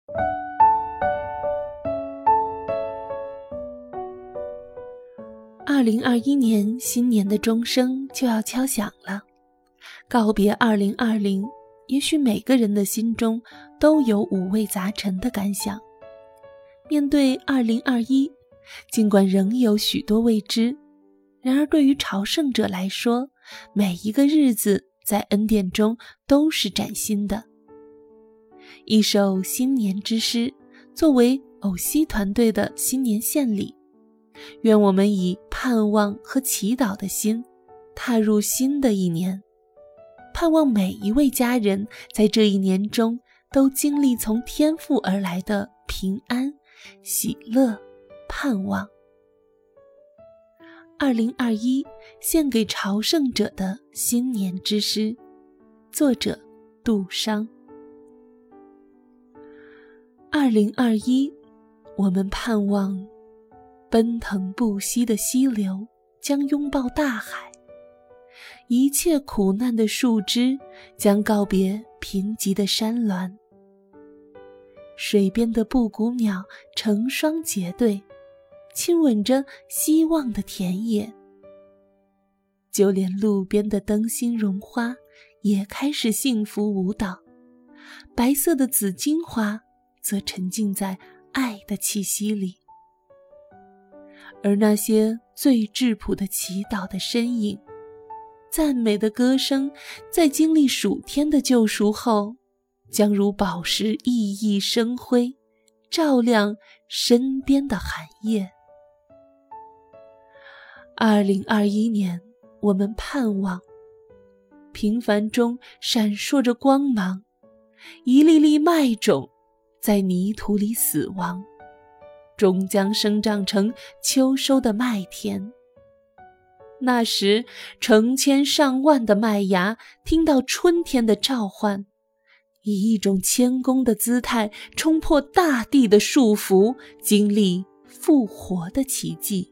2021年新年的钟声就要敲响了，告别2020，也许每个人的心中都有五味杂陈的感想。面对2021，尽管仍有许多未知，然而对于朝圣者来说，每一个日子在恩典中都是崭新的。一首新年之诗，作为偶西团队的新年献礼，愿我们以盼望和祈祷的心踏入新的一年，盼望每一位家人在这一年中都经历从天父而来的平安、喜乐、盼望。2021献给朝圣者的新年之诗，作者杜商。2021，我们盼望奔腾不息的溪流将拥抱大海，一切苦难的树枝将告别贫瘠的山峦，水边的布谷鸟成双结对，亲吻着希望的田野，就连路边的灯芯绒花也开始幸福舞蹈，白色的紫荆花则沉浸在爱的气息里。而那些最质朴的祈祷的身影，赞美的歌声，在经历数天的救赎后，将如宝石熠熠生辉，照亮身边的寒夜。2021年，我们盼望平凡中闪烁着光芒，一粒粒麦种在泥土里死亡，终将生长成秋收的麦田。那时，成千上万的麦芽听到春天的召唤，以一种谦恭的姿态冲破大地的束缚，经历复活的奇迹。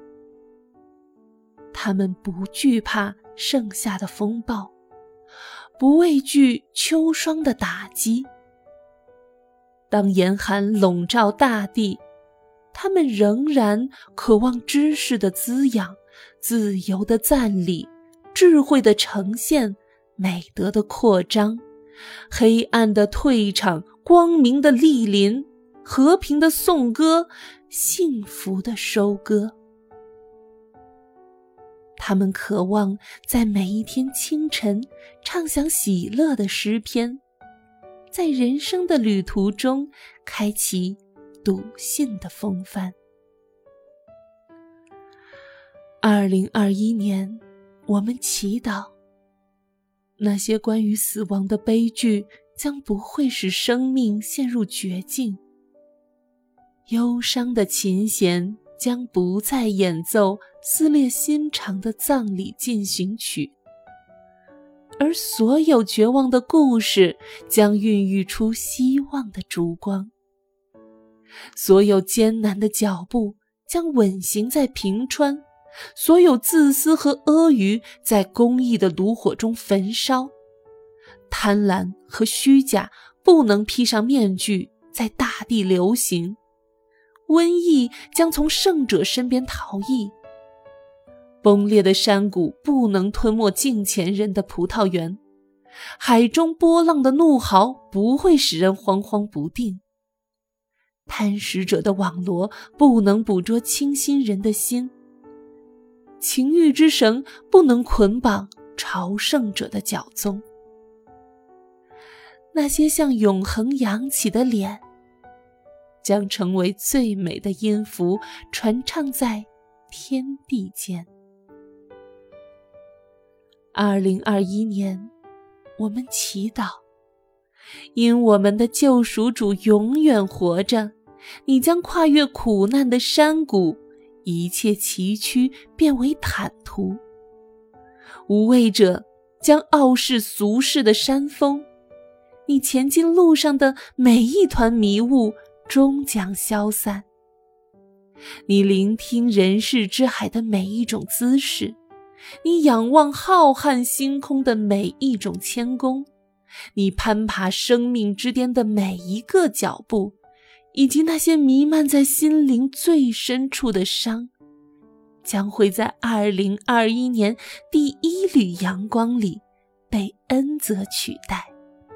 他们不惧怕盛夏的风暴，不畏惧秋霜的打击。当严寒笼罩大地，他们仍然渴望知识的滋养，自由的赞礼，智慧的呈现，美德的扩张，黑暗的退场，光明的莅临，和平的颂歌，幸福的收割。他们渴望在每一天清晨唱响喜乐的诗篇，在人生的旅途中开启笃信的风帆。2021年，我们祈祷，那些关于死亡的悲剧将不会使生命陷入绝境，忧伤的琴弦将不再演奏撕裂心肠的葬礼进行曲，而所有绝望的故事将孕育出希望的烛光。所有艰难的脚步将稳行在平川，所有自私和阿谀在公义的炉火中焚烧，贪婪和虚假不能披上面具在大地流行，瘟疫将从圣者身边逃逸，崩裂的山谷不能吞没敬虔人的葡萄园，海中波浪的怒嚎不会使人惶惶不定，贪食者的网罗不能捕捉清心人的心，情欲之绳不能捆绑朝圣者的脚踪。那些向永恒扬起的脸，将成为最美的音符，传唱在天地间。2021年，我们祈祷，因我们的救赎主永远活着，你将跨越苦难的山谷，一切崎岖变为坦途。无畏者将傲视俗世的山峰，你前进路上的每一团迷雾终将消散。你聆听人世之海的每一种姿势，你仰望浩瀚星空的每一种谦恭， 你攀爬生命之巅的每一个脚步，以及那些弥漫在心灵最深处的伤，将会在2021年第一缕阳光里被恩泽取代。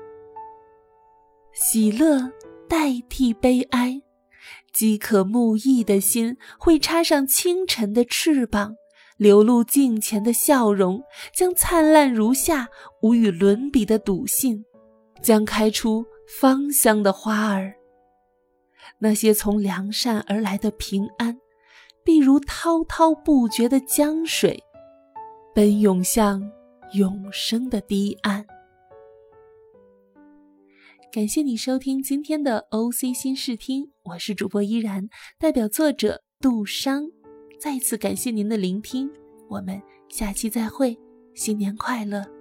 喜乐代替悲哀，饥渴慕义的心会插上清晨的翅膀，流露镜前的笑容，将灿烂如夏、无与伦比的笃信，将开出芳香的花儿。那些从良善而来的平安，必如滔滔不绝的江水，奔涌向永生的堤岸。感谢你收听今天的 OC 新视听，我是主播依然，代表作者杜商。再次感谢您的聆听，我们下期再会，新年快乐。